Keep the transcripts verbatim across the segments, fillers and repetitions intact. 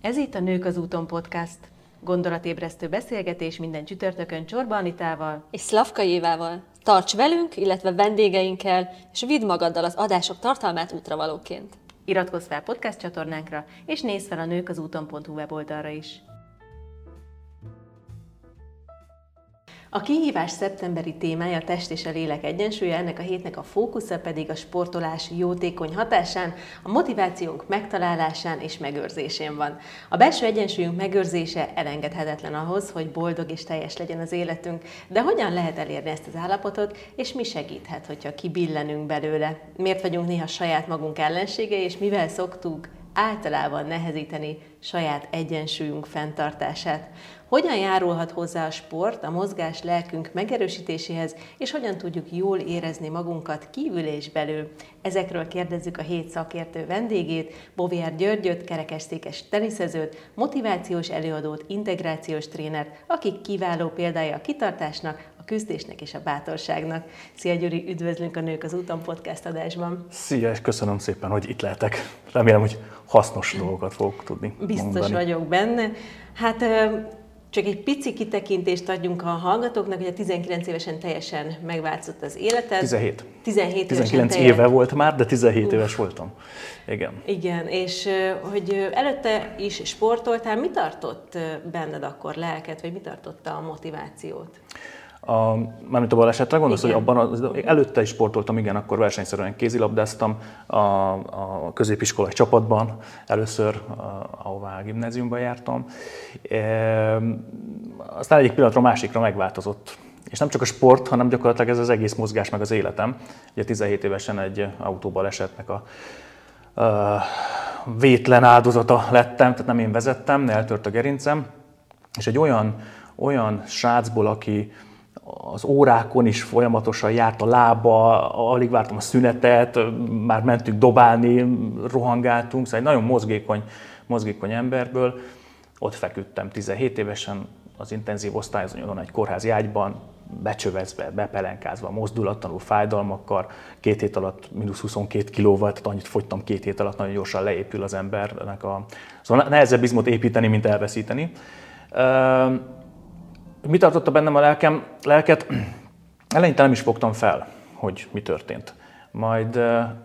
Ez itt a Nők az úton podcast. Gondolatébresztő beszélgetés minden csütörtökön Csorba Anitával és Szlavkai Évával. Tarts velünk, illetve vendégeinkkel, és vidd magaddal az adások tartalmát útravalóként. Iratkozz fel podcast csatornánkra, és nézz fel a nők az úton pont hu weboldalra is. A kihívás szeptemberi témája a test és a lélek egyensúlya, ennek a hétnek a fókusza pedig a sportolás jótékony hatásán, a motivációnk megtalálásán és megőrzésén van. A belső egyensúlyunk megőrzése elengedhetetlen ahhoz, hogy boldog és teljes legyen az életünk, de hogyan lehet elérni ezt az állapotot, és mi segíthet, hogyha kibillenünk belőle? Miért vagyunk néha saját magunk ellensége, és mivel szoktuk általában nehezíteni saját egyensúlyunk fenntartását? Hogyan járulhat hozzá a sport a mozgás lelkünk megerősítéséhez, és hogyan tudjuk jól érezni magunkat kívül és belül? Ezekről kérdezzük a hét szakértő vendégét, Boviár Györgyöt, kerekesszékes teniszezőt, motivációs előadót, integrációs trénert, akik kiváló példája a kitartásnak, a küzdésnek és a bátorságnak. Szia Gyuri, üdvözlünk a Nők az úton podcast adásban. Szia, és köszönöm szépen, hogy itt lehetek. Remélem, hogy hasznos dolgokat fogok tudni Biztos mondani. vagyok benne. Hát csak egy pici kitekintést adjunk a hallgatóknak, hogy a tizenkilenc évesen teljesen megváltozott az életed. tizenhét. tizenhét tizenkilenc teljes... éve volt már, de tizenhét Uf. éves voltam. Igen. Igen, és hogy előtte is sportoltál, mi tartott benned akkor lelket, vagy mi tartotta a motivációt? A, mármint a balesetre gondolsz, igen. hogy abban az, előtte is sportoltam, igen, akkor versenyszerűen kézilabdáztam a, a középiskolai csapatban, először ahová a gimnáziumban jártam. E, aztán egyik pillanatra másikra megváltozott. És nem csak a sport, hanem gyakorlatilag ez az egész mozgás meg az életem. Ugye tizenhét évesen egy autóbalesetnek a, a vétlen áldozata lettem, tehát nem én vezettem, eltört a gerincem. És egy olyan, olyan srácból, aki az órákon is folyamatosan járt a lába, alig vártam a szünetet, már mentünk dobálni, rohangáltunk, szóval egy nagyon mozgékony, mozgékony emberből. Ott feküdtem tizenhét évesen az intenzív osztályozón egy kórházi ágyban, becsövezve, bepelenkázva, mozdulatlanul, fájdalmakkal, két hét alatt mínusz huszonkét kilóval, tehát annyit fogytam két hét alatt, nagyon gyorsan leépül az embernek a... Szóval nehezebb izmot építeni, mint elveszíteni. Mi tartotta bennem a lelkem, lelket? Eleinte nem is fogtam fel, hogy mi történt. Majd,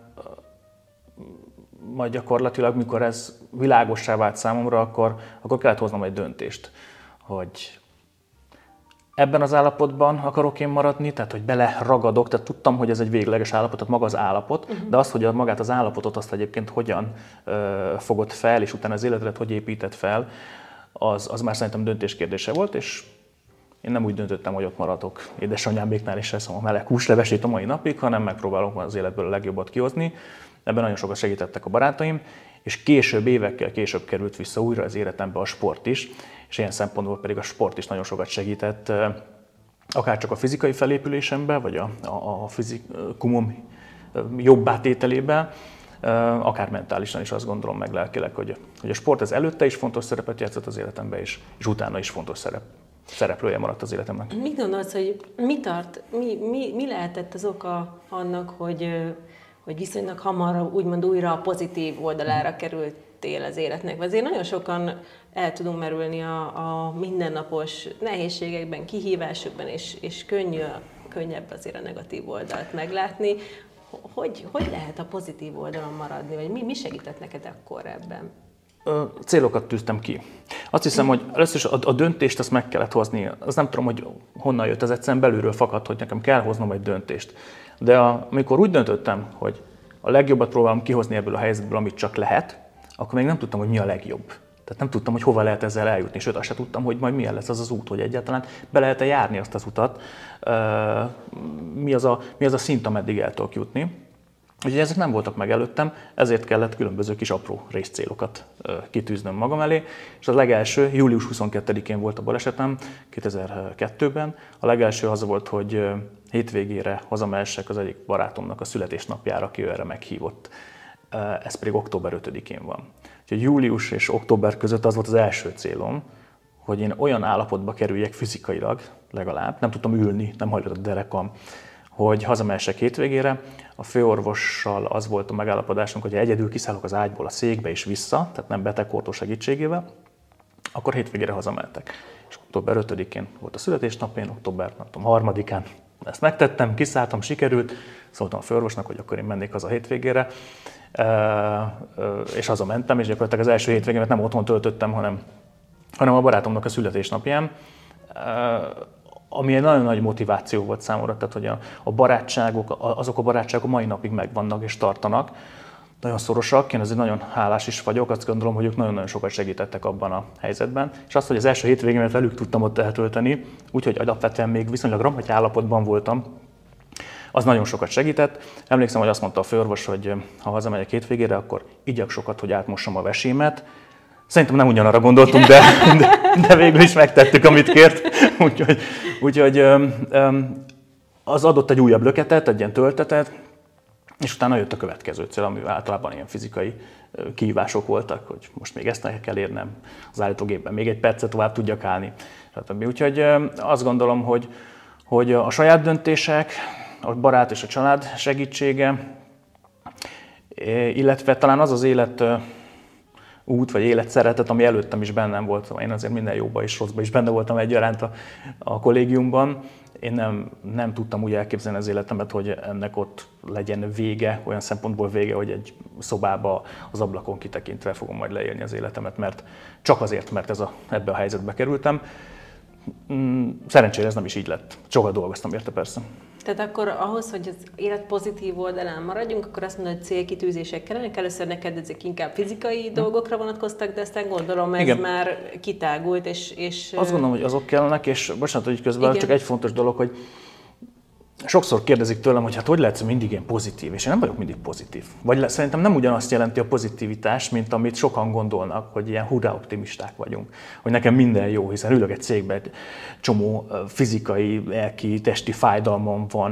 majd gyakorlatilag, mikor ez világossá vált számomra, akkor, akkor kellett hoznom egy döntést, hogy ebben az állapotban akarok én maradni, tehát hogy beleragadok, tehát tudtam, hogy ez egy végleges állapot, tehát maga az állapot, uh-huh. de azt, hogy magát az állapotot azt egyébként hogyan uh, fogod fel, és utána az életedet hogy építed fel, az, az már szerintem döntés kérdése volt, és én nem úgy döntöttem, hogy ott maradok édesanyáméknál és eszem a meleg húslevesét a mai napig, hanem megpróbálok az életből a legjobbat kihozni. Ebben nagyon sokat segítettek a barátaim, és később, évekkel később került vissza újra az életembe a sport is, és ilyen szempontból pedig a sport is nagyon sokat segített, akár csak a fizikai felépülésembe, vagy a, a, a fizikumom jobb átételében, akár mentálisan is azt gondolom meg lelkileg, hogy, hogy a sport ez előtte is fontos szerepet játszott az életemben, és, és utána is fontos szerep. szereplője maradt az életemnek. Mit gondolsz, hogy mi tart, mi, mi, mi lehetett az oka annak, hogy, hogy viszonylag hamar úgymond újra a pozitív oldalára kerültél az életnek? Azért nagyon sokan el tudunk merülni a, a mindennapos nehézségekben, kihívásokban, és, és könnyű, könnyebb azért a negatív oldalt meglátni. Hogy, hogy lehet a pozitív oldalon maradni, vagy mi, mi segített neked akkor ebben? Célokat tűztem ki. Azt hiszem, hogy először is a, a döntést azt meg kellett hozni. Az nem tudom, hogy honnan jött, ez egyszerűen belülről fakadt, hogy nekem kell hoznom egy döntést. De a, amikor úgy döntöttem, hogy a legjobbat próbálom kihozni ebből a helyzetből, amit csak lehet, akkor még nem tudtam, hogy mi a legjobb. Tehát nem tudtam, hogy hova lehet ezzel eljutni, sőt azt sem tudtam, hogy majd milyen lesz az az út, hogy egyáltalán be lehet-e járni azt az utat, mi az a, mi az a szint, ameddig el tudok jutni. Úgyhogy ezek nem voltak meg előttem, ezért kellett különböző kis apró részcélokat kitűznöm magam elé. És a legelső, július huszonkettedikén volt a balesetem, kétezer-kettőben. A legelső az volt, hogy hétvégére hazamehessek az egyik barátomnak a születésnapjára, aki ő erre meghívott. Ez pedig október ötödikén van. Úgyhogy július és október között az volt az első célom, hogy én olyan állapotba kerüljek fizikailag legalább, nem tudtam ülni, nem hajlott a derekam, hogy hazamehessek hétvégére. A főorvossal az volt a megállapodásunk, hogy ha egyedül kiszállok az ágyból a székbe és vissza, tehát nem betegorvos segítségével, akkor hétvégére hazamehetek. És október ötödikén volt a születésnapján, október harmadikán ezt megtettem, kiszálltam, sikerült, szóltam a főorvosnak, hogy akkor én mennék haza hétvégére, és hazamentem, és gyakorlatilag az első hétvégémet nem otthon töltöttem, hanem, hanem a barátomnak a születésnapján, ami egy nagyon nagy motiváció volt számomra, tehát hogy a, a barátságok, azok a barátságok a mai napig megvannak és tartanak, nagyon szorosak, én azért nagyon hálás is vagyok, azt gondolom, hogy ők nagyon-nagyon sokat segítettek abban a helyzetben, és azt, hogy az első hétvégémet velük tudtam ott eltölteni, úgyhogy alapvetően még viszonylag ramhaty állapotban voltam, az nagyon sokat segített. Emlékszem, hogy azt mondta a főorvos, hogy ha hazamegyek hétvégére, akkor igyak sokat, hogy átmossam a vesémet. Szerintem nem ugyanarra gondoltunk, de, de, de végül is megtettük, amit kért. Úgyhogy, úgyhogy az adott egy újabb löketet, egy ilyen töltetet, és utána jött a következő cél, ami általában ilyen fizikai kihívások voltak, hogy most még ezt el kell érnem az állítógépben, még egy percet tovább tudjak állni, stb. Úgyhogy azt gondolom, hogy, hogy a saját döntések, a barát és a család segítsége, illetve talán az az élet út vagy életszeretet, ami előttem is bennem volt. Én azért minden jóban és rosszban is benne voltam egyaránt a, a kollégiumban. Én nem, nem tudtam úgy elképzelni az életemet, hogy ennek ott legyen vége, olyan szempontból vége, hogy egy szobába az ablakon kitekintve fogom majd leélni az életemet, mert csak azért, mert ez a, ebbe a helyzetbe kerültem. Szerencsére ez nem is így lett. Sokat dolgoztam érte persze. Tehát akkor ahhoz, hogy az élet pozitív oldalán maradjunk, akkor azt mondod, hogy célkitűzések kellenek. Először neked ezek inkább fizikai dolgokra vonatkoztak, de aztán gondolom ez Igen. már kitágult, és, és... Azt gondolom, hogy azok kellenek, és bocsánat, hogy közben Igen. csak egy fontos dolog, hogy sokszor kérdezik tőlem, hogy hát hogy lehetsz mindig ilyen pozitív, és én nem vagyok mindig pozitív. Vagy szerintem nem ugyanazt jelenti a pozitivitás, mint amit sokan gondolnak, hogy ilyen hurrá optimisták vagyunk. Hogy nekem minden jó, hiszen ülök egy cégben, egy csomó fizikai, lelki, testi fájdalmam van,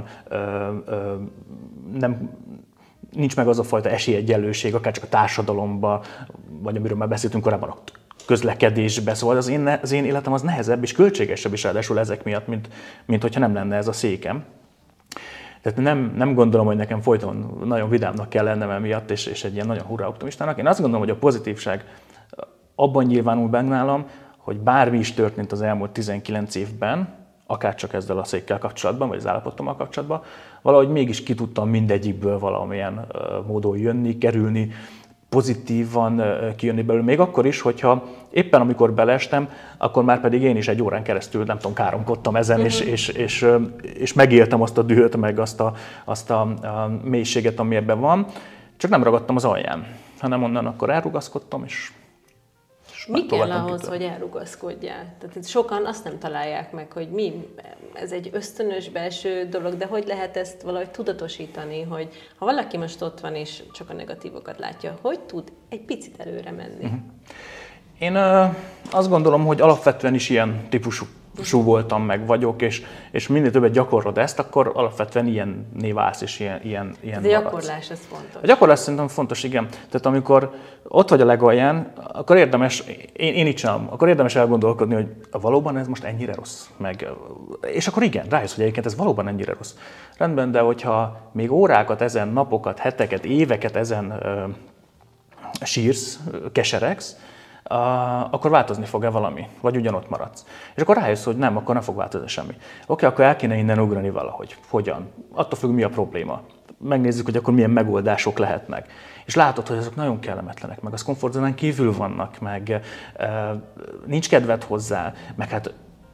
nem, nincs meg az a fajta esélyegyenlőség, akár csak a társadalomban, vagy amiről már beszéltünk korábban, a közlekedésbe, szóval az én, az én életem az nehezebb és költségesebb is ráadásul ezek miatt, mint, mint hogyha nem lenne ez a székem. Tehát nem, nem gondolom, hogy nekem folyton nagyon vidámnak kell lennem emiatt, és, és egy ilyen nagyon hurrá optimistának. Én azt gondolom, hogy a pozitívság abban nyilvánul benne nálam, hogy bármi is történt az elmúlt tizenkilenc évben, akár csak ezzel a székkel kapcsolatban, vagy az állapotommal kapcsolatban, valahogy mégis ki tudtam mindegyikből valamilyen módon jönni, kerülni, pozitívan kijönni belőle, még akkor is, hogyha éppen amikor beleestem, akkor már pedig én is egy órán keresztül, nem tudom, káromkodtam ezen, uh-huh. és, és, és, és megéltem azt a dühöt, meg azt a, azt a, a mélységet, ami ebben van, csak nem ragadtam az alján, hanem onnan akkor elrugaszkodtam, és, és mi kell ahhoz, kitől. hogy elrugaszkodjál? Tehát sokan azt nem találják meg, hogy mi, ez egy ösztönös belső dolog, de hogy lehet ezt valahogy tudatosítani, hogy ha valaki most ott van és csak a negatívokat látja, hogy tud egy picit előre menni? Uh-huh. Én uh, azt gondolom, hogy alapvetően is ilyen típusú voltam, meg vagyok, és, és minél többet gyakorlod ezt, akkor alapvetően ilyenné válsz, és ilyen, ilyen, ilyen De a gyakorlás, ez fontos. A gyakorlás szerintem fontos, igen. Tehát amikor ott vagy a legalján, akkor érdemes, én, én így csinálom, akkor érdemes elgondolkodni, hogy valóban ez most ennyire rossz. Meg, és akkor igen, rájössz, hogy egyébként ez valóban ennyire rossz. Rendben, de hogyha még órákat ezen, napokat, heteket, éveket ezen uh, sírsz, keseregsz, Uh, akkor változni fog-e valami, vagy ugyanott maradsz. És akkor rájössz, hogy nem, akkor nem fog változni semmi. Oké, okay, akkor el kéne innen ugrani valahogy. Hogyan? Attól függ, mi a probléma. Megnézzük, hogy akkor milyen megoldások lehetnek. És látod, hogy azok nagyon kellemetlenek, meg az komfortzónán kívül vannak, meg uh, nincs kedved hozzá, meg hát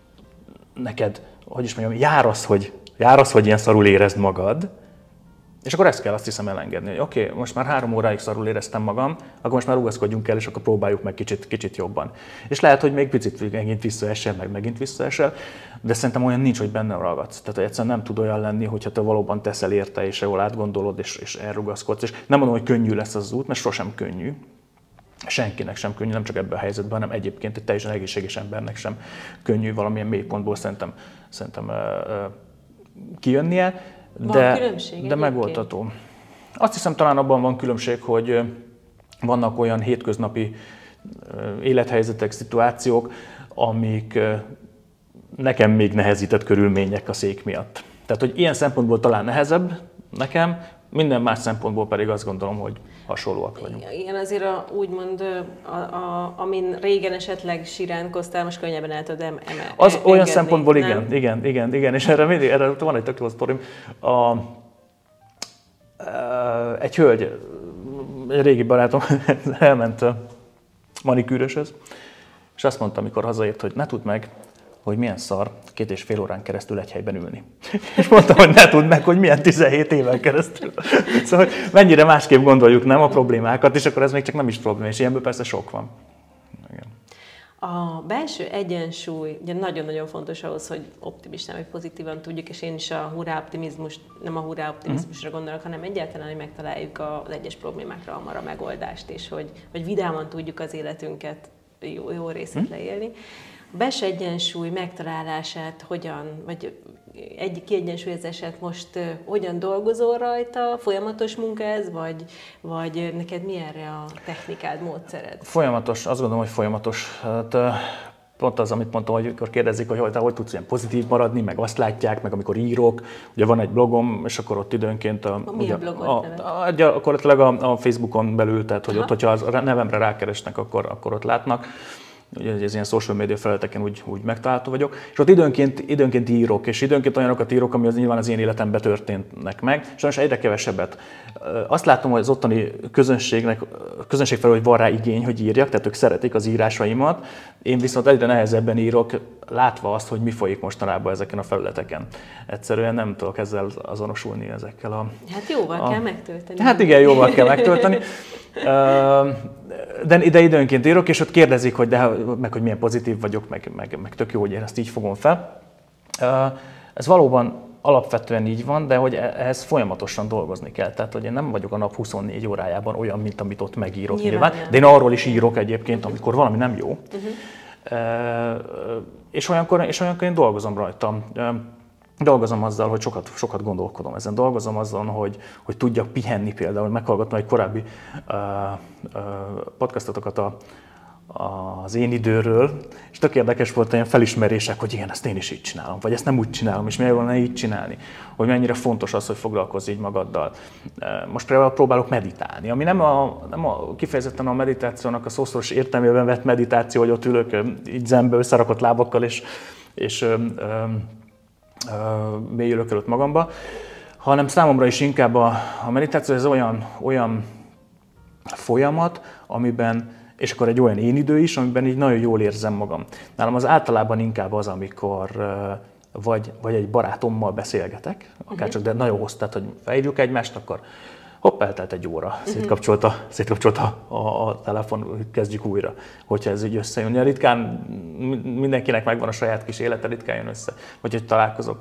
neked, hogy is mondjam, jár az, hogy, jár az, hogy ilyen szarul érezd magad, és akkor ezt kell, azt hiszem, elengedni, hogy oké, okay, most már három óráig szarul éreztem magam, akkor most már rugaszkodjunk el, és akkor próbáljuk meg kicsit, kicsit jobban. És lehet, hogy még picit megint visszaesel, meg megint visszaesel, de szerintem olyan nincs, hogy benne ragadsz. Tehát hogy egyszerűen nem tud olyan lenni, hogyha te valóban teszel érte, és jól átgondolod, és, és elrugaszkodsz. És nem mondom, hogy könnyű lesz az út, mert sosem könnyű. Senkinek sem könnyű, nem csak ebben a helyzetben, hanem egyébként egy teljesen egészséges embernek sem könnyű valamilyen mélypontból szerintem, szerintem uh, uh, kijönnie. De, de megoldható. Azt hiszem, talán abban van különbség, hogy vannak olyan hétköznapi élethelyzetek, szituációk, amik nekem még nehezített körülmények a szék miatt. Tehát, hogy ilyen szempontból talán nehezebb nekem, minden más szempontból pedig azt gondolom, hogy hasonlóak vagyunk. Igen, azért a, úgymond, a, a, amin régen esetleg siránkoztál, most könnyebben el tudod em, em, Az engedni, olyan szempontból nem? igen, igen, igen, igen, és erre mindig, erre van egy tök jó sztorim. A, egy hölgy, egy régi barátom elment manikűröshöz, és azt mondta, amikor hazaért, hogy ne tudd meg, hogy milyen szar két és fél órán keresztül egy helyben ülni. És mondtam, hogy ne tudd meg, hogy milyen tizenhét éven keresztül. Szóval hogy mennyire másképp gondoljuk, nem, a problémákat, és akkor ez még csak nem is probléma, és ilyenből persze sok van. Igen. A belső egyensúly ugye nagyon-nagyon fontos ahhoz, hogy optimistán vagy pozitívan tudjuk, és én is a hurrá optimizmus, nem a hurrá optimizmusra gondolok, hanem egyáltalán, hogy megtaláljuk az egyes problémákra hamar a megoldást, és hogy, hogy vidáman tudjuk az életünket jó, jó részét leélni. A belső egyensúly megtalálását hogyan, vagy egy kiegyensúlyozását most uh, hogyan dolgozol rajta? Folyamatos munka ez, vagy, vagy neked mi erre a technikád, módszered? Folyamatos, azt gondolom, hogy folyamatos. Hát, pont az, amit mondtam, hogy amikor kérdezik, hogy te hogy tudsz ilyen pozitív maradni, meg azt látják, meg amikor írok, ugye van egy blogom, és akkor ott időnként a, a ugye, a, a, gyakorlatilag a, a Facebookon belül, tehát hogy Aha. ott, hogyha a nevemre rákeresnek, akkor, akkor ott látnak. Ugye ez ilyen social media felületeken úgy, úgy megtalálható vagyok, és ott időnként, időnként írok, és időnként olyanokat írok, ami az nyilván az én életemben történnek meg, sajnos egyre kevesebbet. Azt látom, hogy az ottani közönségnek, közönség felől, hogy van rá igény, hogy írjak, tehát ők szeretik az írásaimat, én viszont egyre nehezebben írok, látva azt, hogy mi folyik mostanában ezeken a felületeken. Egyszerűen nem tudok ezzel azonosulni ezekkel a... Hát jóval a, kell megtölteni. Hát igen, jóval kell megtölteni. De ide időnként írok, és ott kérdezik, hogy de, meg hogy milyen pozitív vagyok, meg, meg, meg tök jó, hogy én ezt így fogom fel. Ez valóban alapvetően így van, de hogy ehhez folyamatosan dolgozni kell. Tehát, hogy én nem vagyok a nap huszonnégy órájában olyan, mint amit ott megírok nyilván, nyilván. De én arról is írok egyébként, uh-huh. amikor valami nem jó. Uh-huh. És, olyankor, és olyankor én dolgozom rajta. Dolgozom azzal, hogy sokat, sokat gondolkodom ezen. Dolgozom azzal, hogy, hogy tudjak pihenni például. Meghallgattam egy korábbi uh, uh, podcastotokat a, az én időről, és tök érdekes volt ilyen felismerések, hogy igen, ezt én is így csinálom, vagy ezt nem úgy csinálom, és miért volna így csinálni. Hogy mennyire fontos az, hogy foglalkozz így magaddal. Most például próbálok meditálni, ami nem a, nem a kifejezetten a meditációnak a szószoros értelmében vett meditáció, hogy ott ülök így zenbe összerakott lábakkal, és, és ö, ö, ö, mélyülök előtt magamba, hanem számomra is inkább a, a meditáció ez olyan, olyan folyamat, amiben és akkor egy olyan én idő is, amiben így nagyon jól érzem magam. Nálam az általában inkább az, amikor vagy, vagy egy barátommal beszélgetek, akárcsak, de nagyon hosszú, tehát hogy felhívjuk egymást, akkor hopp, eltelt egy óra, szétkapcsolta, szétkapcsolta a, a telefon, hogy kezdjük újra, hogyha ez így összejön. Ritkán mindenkinek megvan a saját kis élete, ritkán jön össze, vagy hogy találkozok.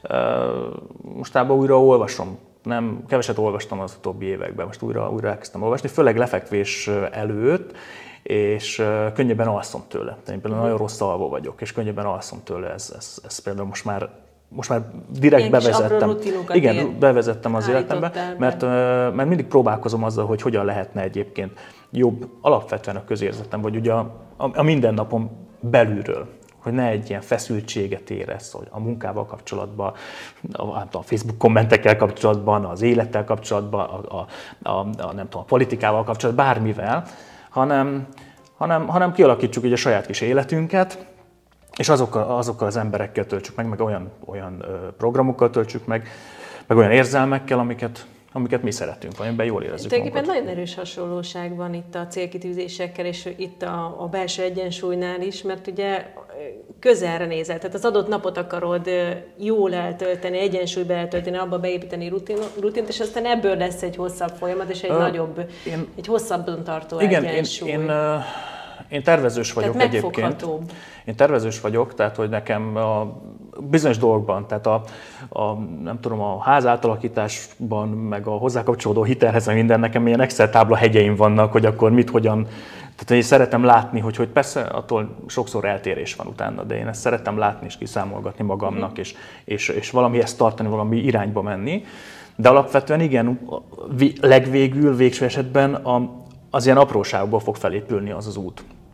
Mostában újra olvasom. Nem, keveset olvastam az utóbbi években, most újra, újra elkezdtem olvasni, főleg lefekvés előtt, és könnyebben alszom tőle. Én például nagyon rossz alvó vagyok, és könnyebben alszom tőle, ez, ez, ez például most már, most már direkt ilyen bevezettem. Igen, bevezettem az életembe, mert, mert mindig próbálkozom azzal, hogy hogyan lehetne egyébként jobb alapvetően a közérzetem, vagy ugye a, a, a mindennapom belülről. Hogy ne egy ilyen feszültséget érez, hogy a munkával kapcsolatban, a, a Facebook kommentekkel kapcsolatban, az élettel kapcsolatban, a, a, a, a, nem tudom, a politikával kapcsolatban, bármivel, hanem, hanem, hanem kialakítsuk így a saját kis életünket, és azokkal, azokkal az emberekkel töltsük meg, meg olyan, olyan programokkal töltsük meg, meg olyan érzelmekkel, amiket, amiket mi szeretünk, amiben jól érezzük magunkat. Tulajdonképpen nagyon erős hasonlóság van itt a célkitűzésekkel, és itt a, a belső egyensúlynál is, mert ugye közelre nézel, tehát az adott napot akarod jól eltölteni, egyensúlyba eltölteni, abba beépíteni rutin, rutint, és aztán ebből lesz egy hosszabb folyamat, és egy uh, nagyobb, én, egy hosszabban tartó igen, egyensúly. Én, én, uh, én tervezős vagyok tehát egyébként. Én tervezős vagyok, tehát hogy nekem a bizonyos dolgokban, tehát a, a, nem tudom, a ház átalakításban, meg a hozzá kapcsolódó hitelhez, minden nekem ilyen Excel tábla hegyeim vannak, hogy akkor mit, hogyan. Tehát én szeretem látni, hogy, hogy persze attól sokszor eltérés van utána, de én ezt szeretem látni és kiszámolgatni magamnak, mm. és, és, és valamihez tartani, valami irányba menni. De alapvetően igen, legvégül, végső esetben a, az ilyen apróságokból fog felépülni az az út.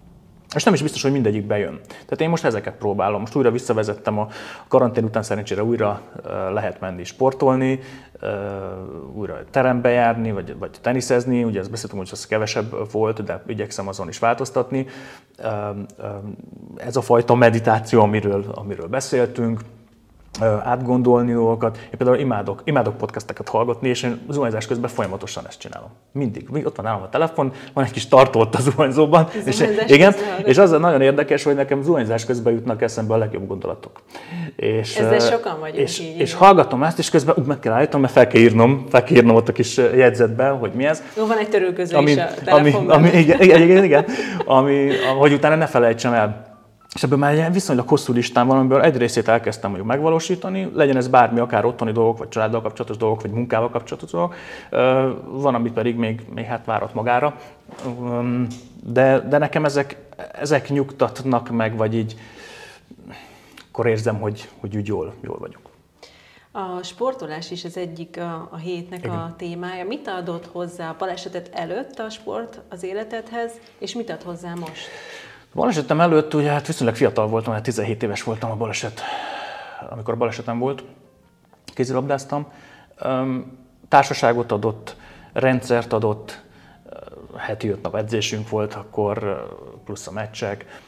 És nem is biztos, hogy mindegyik bejön. Tehát én most ezeket próbálom. Most újra visszavezettem a karantén után, szerencsére újra lehet menni sportolni, újra terembe járni, vagy, vagy teniszezni. Ugye ezt beszéltünk, hogy az kevesebb volt, de igyekszem azon is változtatni. Ez a fajta meditáció, amiről, amiről beszéltünk, átgondolni dolgokat. Én például imádok, imádok podcasteket hallgatni, és én zuhanyzás közben folyamatosan ezt csinálom. Mindig. Ott van nálam a telefon, van egy kis tartó ott a zuhanyzóban. És, igen, és az nagyon érdekes, hogy nekem zuhanyzás közben jutnak eszembe a legjobb gondolatok. És, ezzel sokan vagyunk és, így. És hallgatom ezt, és közben úgy meg kell állítanom, mert fel kell írnom, fel kell írnom ott a kis jegyzetbe, hogy mi ez. Jó, van egy törölköző ami, is a telefonban. Ami, ami, igen, igen, igen, igen, ami, hogy utána ne felejtsem el. És ebből már egy viszonylag hosszú listám van, amiből egy részét elkezdtem mondjuk megvalósítani, legyen ez bármi, akár otthoni dolgok, vagy családdal kapcsolatos dolgok, vagy munkával kapcsolatos dolgok. Van, amit pedig még, még hát várat magára. De, de nekem ezek, ezek nyugtatnak meg, vagy így akkor érzem, hogy, hogy úgy jól, jól vagyok. A sportolás is az egyik a, a hétnek Igen. a témája. Mit adott hozzá a balesetet előtt a sport az életedhez, és mit ad hozzá most? A balesetem előtt, ugye hát viszonylag fiatal voltam, hát tizenhét éves voltam a baleset, amikor a balesetem volt, kézilabdáztam. Társaságot adott, rendszert adott, heti öt nap edzésünk volt, akkor plusz a meccsek.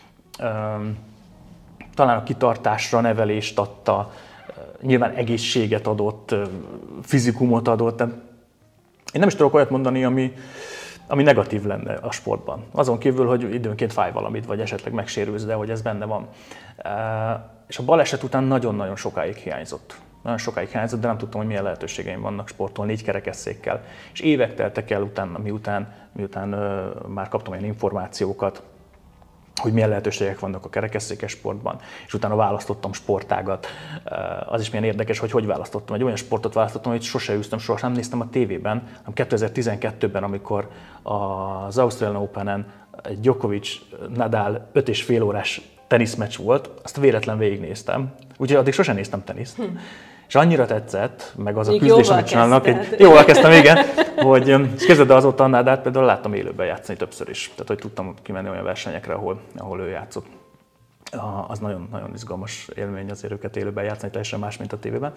Talán a kitartásra nevelést adta, nyilván egészséget adott, fizikumot adott. Én nem is tudok olyat mondani, ami, ami negatív lenne a sportban. Azon kívül, hogy időnként fáj valamit, vagy esetleg megsérülsz, de hogy ez benne van. És a baleset után nagyon-nagyon sokáig hiányzott. Nagyon sokáig hiányzott, de nem tudtam, hogy milyen lehetőségeim vannak sportolni négy kerekesszékkel. És évek teltek el utána, miután, miután már kaptam olyan információkat, hogy milyen lehetőségek vannak a kerekesszékes sportban, és utána választottam sportágat. Az is milyen érdekes, hogy hogy választottam. Egy olyan sportot választottam, hogy sose űztem, soha nem néztem a tévében, hanem kétezer-tizenkettőben, amikor az Australian Openen egy Djokovic-Nadal öt és fél órás teniszmeccs volt, azt véletlen végignéztem. Úgyhogy addig sosem néztem teniszt. Hm. És annyira tetszett, meg az a küzdés, amit csinálnak, hogy jól kezdtem, igen, hogy és kezdett, de azóta a Nadalt például láttam élőben játszani többször is. Tehát, hogy tudtam kimenni olyan versenyekre, ahol, ahol ő játszott. Az nagyon, nagyon izgalmas élmény azért őket élőben játszani, teljesen más, mint a tévében.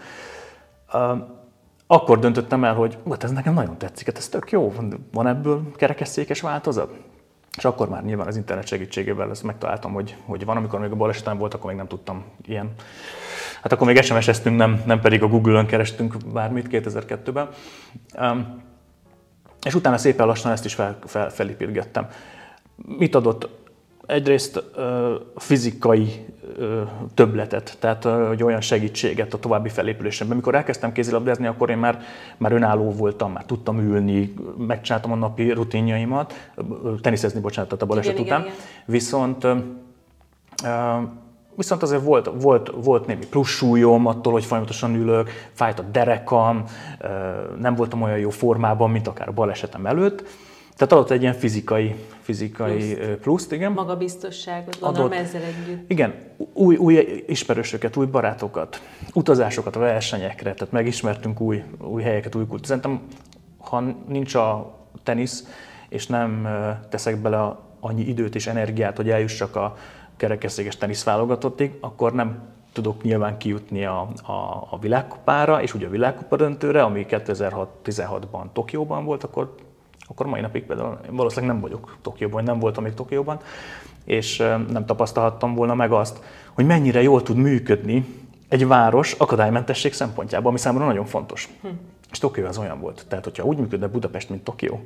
Akkor döntöttem el, hogy ez nekem nagyon tetszik, ez tök jó, van ebből kerekesszékes változat. És akkor már nyilván az internet segítségével ezt megtaláltam, hogy, hogy van, amikor még a balesetem volt, akkor még nem tudtam ilyen. Hát akkor még es em es-eztünk, nem, nem pedig a Google-ön kerestünk bármit kétezer-kettőben. Um, és utána szépen lassan ezt is fel, fel, felépítgettem. Mit adott? Egyrészt uh, fizikai uh, többletet, tehát uh, hogy olyan segítséget a további felépülésemben. Mikor elkezdtem kézilabdázni, akkor én már, már önálló voltam, már tudtam ülni, megcsináltam a napi rutinjaimat, teniszezni, bocsánat, a baleset igen, után. igen, igen. Viszont uh, uh, Viszont azért volt, volt, volt némi plusz súlyom attól, hogy folyamatosan ülök, fájt a derekam, nem voltam olyan jó formában, mint akár a balesetem előtt. Tehát adott egy ilyen fizikai, fizikai pluszt, pluszt igen. Magabiztosságot, gondolom ezzel együtt. Igen, új, új ismerősöket, új barátokat, utazásokat a versenyekre, tehát megismertünk új, új helyeket, új kultúrát. Szerintem, ha nincs a tenisz, és nem teszek bele annyi időt és energiát, hogy eljussak a kerekesszékes teniszválogatottig, akkor nem tudok nyilván kijutni a, a, a világkupára, és ugye a világkupa döntőre, ami kétezer-tizenhatban Tokióban volt, akkor, akkor mai napig például valószínűleg nem vagyok Tokióban, nem voltam még Tokióban, és nem tapasztalhattam volna meg azt, hogy mennyire jól tud működni egy város akadálymentesség szempontjából, ami számomra nagyon fontos. Hm. És Tokió az olyan volt. Tehát, hogyha úgy működne Budapest, mint Tokió,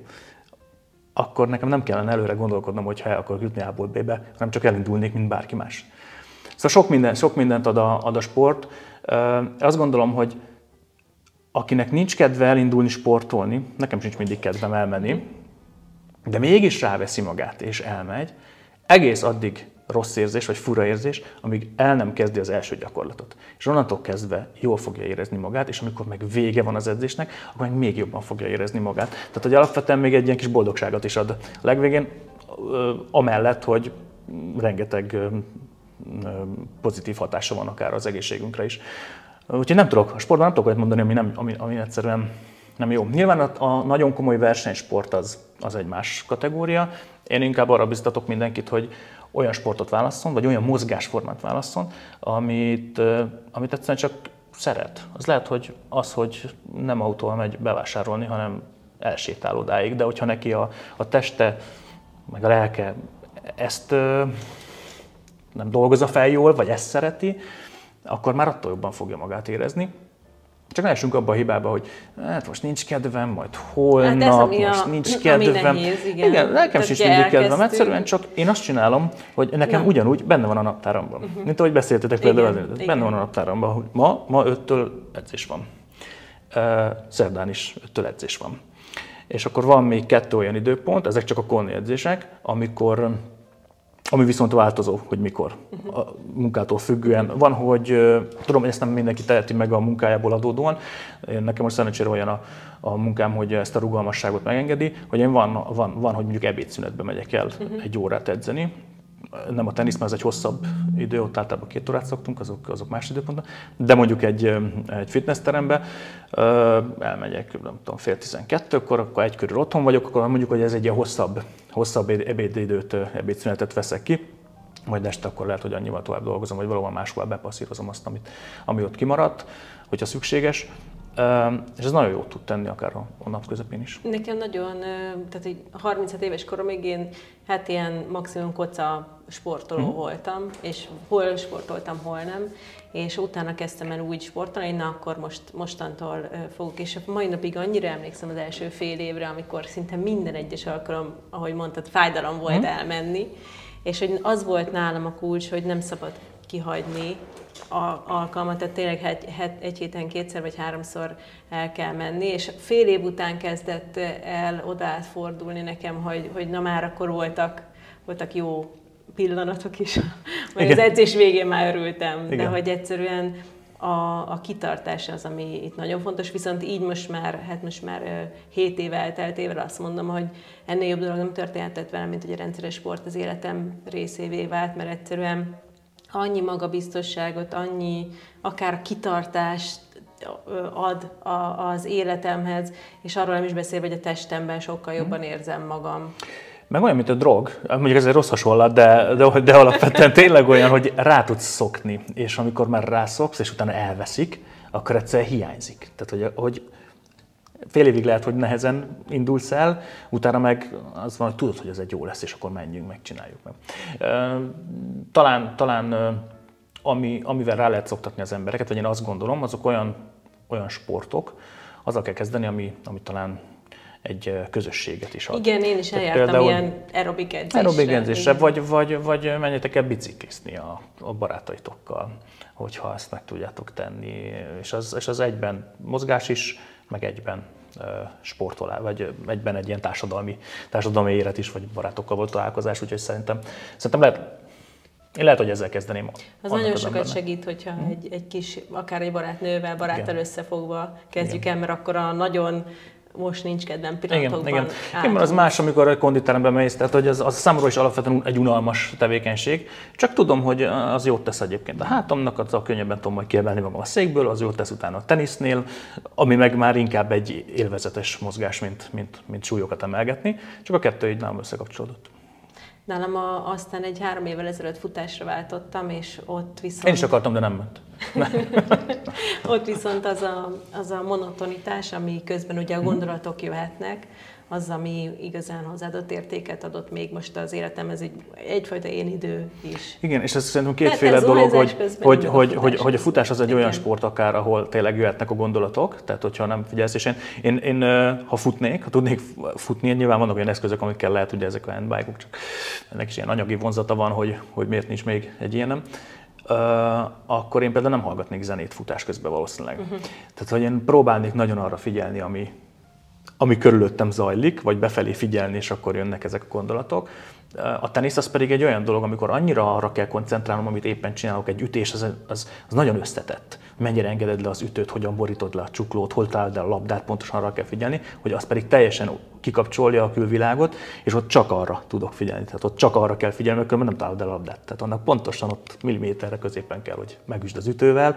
akkor nekem nem kellene előre gondolkodnom, hogy ha el akarok jutni A-ból B-be, hanem csak elindulnék, mint bárki más. Szóval sok, minden, sok mindent ad a, ad a sport. Azt gondolom, hogy akinek nincs kedve elindulni sportolni, nekem sincs mindig kedvem elmenni, de mégis ráveszi magát és elmegy, egész addig rossz érzés vagy fura érzés, amíg el nem kezdi az első gyakorlatot. És onnantól kezdve jól fogja érezni magát, és amikor meg vége van az edzésnek, akkor meg még jobban fogja érezni magát. Tehát, hogy alapvetően még egy ilyen kis boldogságot is ad a legvégén, amellett, hogy rengeteg pozitív hatása van akár az egészségünkre is. Úgyhogy nem tudok, a sportban nem tudok olyat mondani, ami, nem, ami, ami egyszerűen nem jó. Nyilván a, a nagyon komoly versenysport az, az egy más kategória. Én inkább arra biztatok mindenkit, hogy, olyan sportot válasszon, vagy olyan mozgásformát válasszon, amit, amit egyszerűen csak szeret. Az lehet, hogy az, hogy nem autóval megy bevásárolni, hanem elsétál odáig, de hogyha neki a, a teste, meg a lelke ezt ö, nem dolgozza fel jól, vagy ezt szereti, akkor már attól jobban fogja magát érezni. Csak ne esünk abba a hibába, hogy hát most nincs kedvem, majd holnap, hát most a, nincs kedvem. Nehéz, igen. igen, nekem sincs mindig kedvem, egyszerűen csak én azt csinálom, hogy nekem Na. ugyanúgy benne van a naptáramban. Uh-huh. Mint ahogy beszéltetek például, igen, benne igen. van a naptáramban, hogy ma, ma öttől edzés van. Uh, szerdán is öttől edzés van. És akkor van még kettő olyan időpont, ezek csak a konni edzések, amikor ami viszont változó, hogy mikor. A munkától függően. Van, hogy tudom, hogy ezt nem mindenki teheti meg a munkájából adódóan. Nekem most szerencsére olyan a, a munkám, hogy ezt a rugalmasságot megengedi, hogy én van, van, van hogy mondjuk ebédszünetbe megyek el uh-huh. egy órát edzeni. Nem a tenisz, mert ez egy hosszabb idő, ott általában két órát szoktunk, azok, azok más időpontban. De mondjuk egy, egy fitnessterembe elmegyek, nem tudom, fél tizenkettőkor, akkor egy körül otthon vagyok, akkor mondjuk, hogy ez egy ilyen hosszabb, hosszabb ebédidőt, ebédszünetet veszek ki. Majd este akkor lehet, hogy annyival tovább dolgozom, vagy valahol máshol bepasszírozom azt, amit, ami ott kimaradt, hogyha szükséges. És ez nagyon jót tud tenni akár a nap közepén is. Nekem nagyon, tehát így harminchat éves koromig én hát ilyen maximum koca sportoló hmm. voltam, és hol sportoltam, hol nem, és utána kezdtem el úgy sportolni, na akkor most, mostantól fogok, és a mai napig annyira emlékszem az első fél évre, amikor szinte minden egyes alkalom, ahogy mondtad, fájdalom volt hmm. elmenni, és hogy az volt nálam a kulcs, hogy nem szabad kihagyni a alkalmat, tehát tényleg egy, egy héten kétszer vagy háromszor el kell menni, és fél év után kezdett el oda fordulni nekem, hogy, hogy na már akkor voltak, voltak jó pillanatok is, vagy az edzés végén már örültem, Igen. de hogy egyszerűen a, a kitartás az, ami itt nagyon fontos, viszont így most már, hát most már hét éve elteltével azt mondom, hogy ennél jobb dolog nem történhetett velem, mint hogy a rendszeres sport az életem részévé vált, mert egyszerűen annyi magabiztosságot, annyi akár a kitartást ad az életemhez, és arról nem is beszélve, hogy a testemben sokkal jobban érzem magam. Meg olyan, mint a drog, mondjuk ez egy rossz hasonlat, de, de, de alapvetően tényleg olyan, hogy rá tudsz szokni, és amikor már rászoksz, és utána elveszik, akkor egyszerűen hiányzik. Tehát, hogy, hogy fél évig lehet, hogy nehezen indulsz el, utána meg az van, hogy tudod, hogy ez egy jó lesz, és akkor menjünk, megcsináljuk meg. Talán, talán ami, amivel rá lehet szoktatni az embereket, vagy én azt gondolom, azok olyan, olyan sportok, azzal kell kezdeni, ami, ami talán egy közösséget is ad. Igen, én is eljártam például, ilyen aerobik edzésre. Aerobik edzésre, vagy, vagy, vagy menjetek el biciklizni a, a barátaitokkal, hogyha ezt meg tudjátok tenni. És az, és az egyben mozgás is, meg egyben uh, sportolás, vagy egyben egy ilyen társadalmi, társadalmi élet is, vagy barátokkal volt találkozás, úgyhogy szerintem, szerintem lehet, én lehet, hogy ezzel kezdeném. Az nagyon sokat benne. segít, hogyha hmm. egy, egy kis, akár egy barátnővel, baráttal Igen. összefogva kezdjük Igen. el, mert akkor a nagyon most nincs kedvem pillanatokban. Igen, igen. igen az más, amikor a konditerembe mész, tehát hogy az, az számomra is alapvetően egy unalmas tevékenység. Csak tudom, hogy az jót tesz egyébként a hátamnak, azzal könnyebben tudom majd kiemelni magam a székből, az jót tesz utána a tenisznél, ami meg már inkább egy élvezetes mozgás, mint, mint, mint súlyokat emelgetni. Csak a kettő így nálam összekapcsolódott. Nálam a, aztán egy három évvel ezelőtt futásra váltottam, és ott viszont... Én is akartam, de nem ment. Ott viszont az a, az a monotonitás, ami közben ugye a gondolatok jöhetnek, az, ami igazán hozzáadott értéket adott még most az életemhez, egy, egyfajta én idő is. Igen, és ez szerintem kétféle dolog, hogy, hogy, hogy, hogy, hogy a futás az egy Igen. olyan sport akár, ahol tényleg jöhetnek a gondolatok, tehát hogyha nem figyelsz, és én, én, én ha futnék, ha tudnék futni, nyilván vannak olyan eszközök, amikkel lehet, ugye ezek a handbike-ok, csak ennek is ilyen anyagi vonzata van, hogy, hogy miért nincs még egy ilyenem. Uh, akkor én például nem hallgatnék zenét futás közben valószínűleg. Uh-huh. Tehát, hogy én próbálnék nagyon arra figyelni, ami, ami körülöttem zajlik, vagy befelé figyelni, és akkor jönnek ezek a gondolatok. A tenisz az pedig egy olyan dolog, amikor annyira arra kell koncentrálnom, amit éppen csinálok, egy ütés, az, az, az nagyon összetett. Mennyire engeded le az ütőt, hogyan borítod le a csuklót, hol találod el a labdát, pontosan arra kell figyelni, hogy az pedig teljesen kikapcsolja a külvilágot, és ott csak arra tudok figyelni. Tehát ott csak arra kell figyelni, mert különben nem találod el a labdát. Tehát annak pontosan ott milliméterre középen kell, hogy megüsd az ütővel.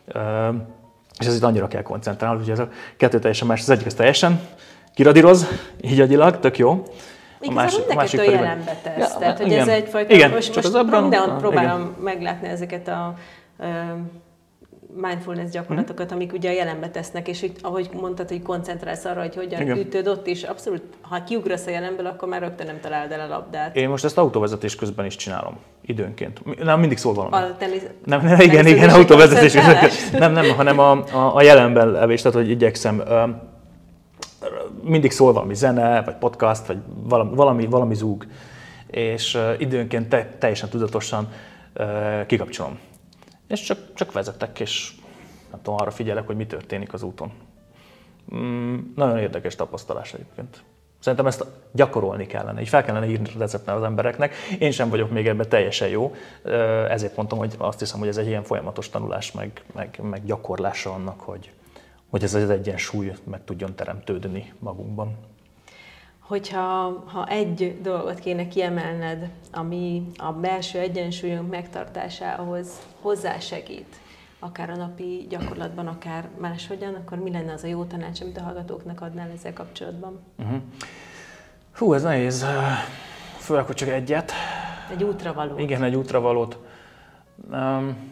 És ezért annyira kell koncentrálni, hogy ez a kettő teljesen más, az egyik az teljesen kiradíroz, így agyilag, tök jó. Igazából mind a kettő a jelenbe tesz. Ja, tehát, hogy igen. ez egyfajta, Igen, most, csak most az abban- mindenhol ah, próbálom igen. meglátni ezeket a ö, mindfulness gyakorlatokat, amik ugye a jelenbe tesznek, és itt, ahogy mondtad, hogy koncentrálsz arra, hogy hogyan Igen. ütöd ott, és abszolút, ha kiugrasz a jelenből, akkor már rögtön nem találod el a labdát. Én most ezt autóvezetés közben is csinálom, időnként. Nem, mindig szól valami. A tenisz, Nem, nem, igen, teniszezés igen, a autóvezetés. koncentrálás. Nem, nem, hanem a, a, a jelenben levés, tehát hogy igyekszem. Ö, mindig szól valami zene, vagy podcast, vagy valami, valami, valami zúg, és ö, időnként te, teljesen tudatosan ö, kikapcsolom. És csak, csak vezetek, és nem tudom, arra figyelek, hogy mi történik az úton. Mm, nagyon érdekes tapasztalás egyébként. Szerintem ezt gyakorolni kellene, így fel kellene írni receptben az embereknek. Én sem vagyok még ebben teljesen jó, ezért mondtam, hogy azt hiszem, hogy ez egy ilyen folyamatos tanulás, meg, meg, meg gyakorlása annak, hogy, hogy ez az egyensúly meg tudjon teremtődni magunkban. Hogyha ha egy dolgot kéne kiemelned, ami a belső egyensúlyunk megtartásához hozzásegít, akár a napi gyakorlatban, akár máshogyan, akkor mi lenne az a jó tanács, amit a hallgatóknak adnál ezzel kapcsolatban? Uh-huh. Hú, ez nehéz. Főleg, hogy csak egyet. Egy útravalót. Igen, egy útravalót. Um,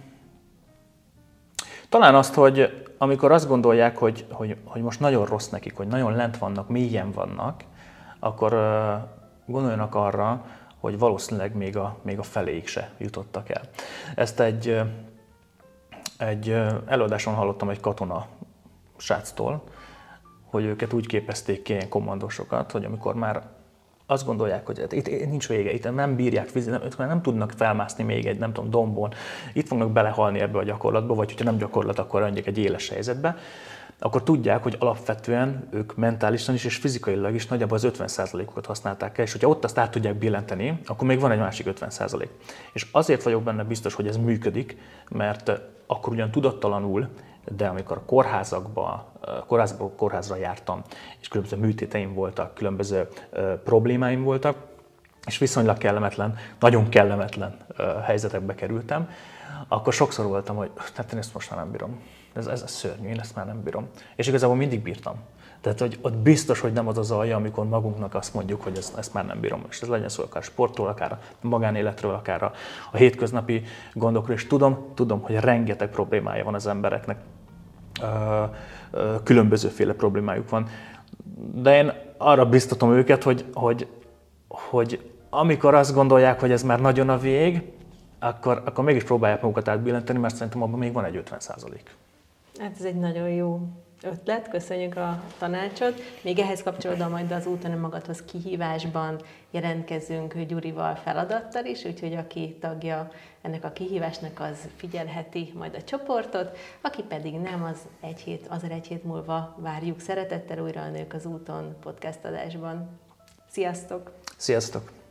talán azt, hogy amikor azt gondolják, hogy, hogy, hogy most nagyon rossz nekik, hogy nagyon lent vannak, mélyen vannak, akkor uh, gondoljanak arra, hogy valószínűleg még a, még a feléig se jutottak el. Ezt egy, uh, egy uh, előadáson hallottam egy katona sráctól, hogy őket úgy képezték ki, ilyen kommandósokat, hogy amikor már azt gondolják, hogy itt, itt nincs vége, itt nem bírják fizikai, nem, nem tudnak felmászni még egy, nem tudom, dombon, itt fognak belehalni ebbe a gyakorlatba, vagy hogyha nem gyakorlat, akkor mondjuk egy éles helyzetbe, akkor tudják, hogy alapvetően ők mentálisan is és fizikailag is nagyjából az ötven százalékokat használták el, és hogyha ott azt át tudják billenteni, akkor még van egy másik ötven százalék. És azért vagyok benne biztos, hogy ez működik, mert akkor ugyan tudattalanul, de amikor a kórházakba, kórházba, kórházra jártam, és különböző műtéteim voltak, különböző uh, problémáim voltak, és viszonylag kellemetlen, nagyon kellemetlen uh, helyzetekbe kerültem, akkor sokszor voltam, hogy hát én ezt most már nem bírom. Ez, ez, ez szörnyű, én ezt már nem bírom. És igazából mindig bírtam. Tehát, hogy ott biztos, hogy nem az az alja, amikor magunknak azt mondjuk, hogy ezt, ezt már nem bírom. És ez legyen szó akár sportról, akár a magánéletről, akár a, a hétköznapi gondokról. És tudom, tudom, hogy rengeteg problémája van az embereknek. Ö, ö, különbözőféle problémájuk van. De én arra biztatom őket, hogy, hogy, hogy amikor azt gondolják, hogy ez már nagyon a vég, akkor, akkor mégis próbálják magukat átbillenteni, mert szerintem abban még van egy ötven százalék. Hát ez egy nagyon jó ötlet, köszönjük a tanácsot. Még ehhez kapcsolódva majd az Úton önmagadhoz kihívásban jelentkezünk Gyurival feladattal is, úgyhogy aki tagja ennek a kihívásnak, az figyelheti majd a csoportot, aki pedig nem, az egy hét, azért egy hét múlva várjuk szeretettel újra a Nők az úton podcast adásban. Sziasztok! Sziasztok!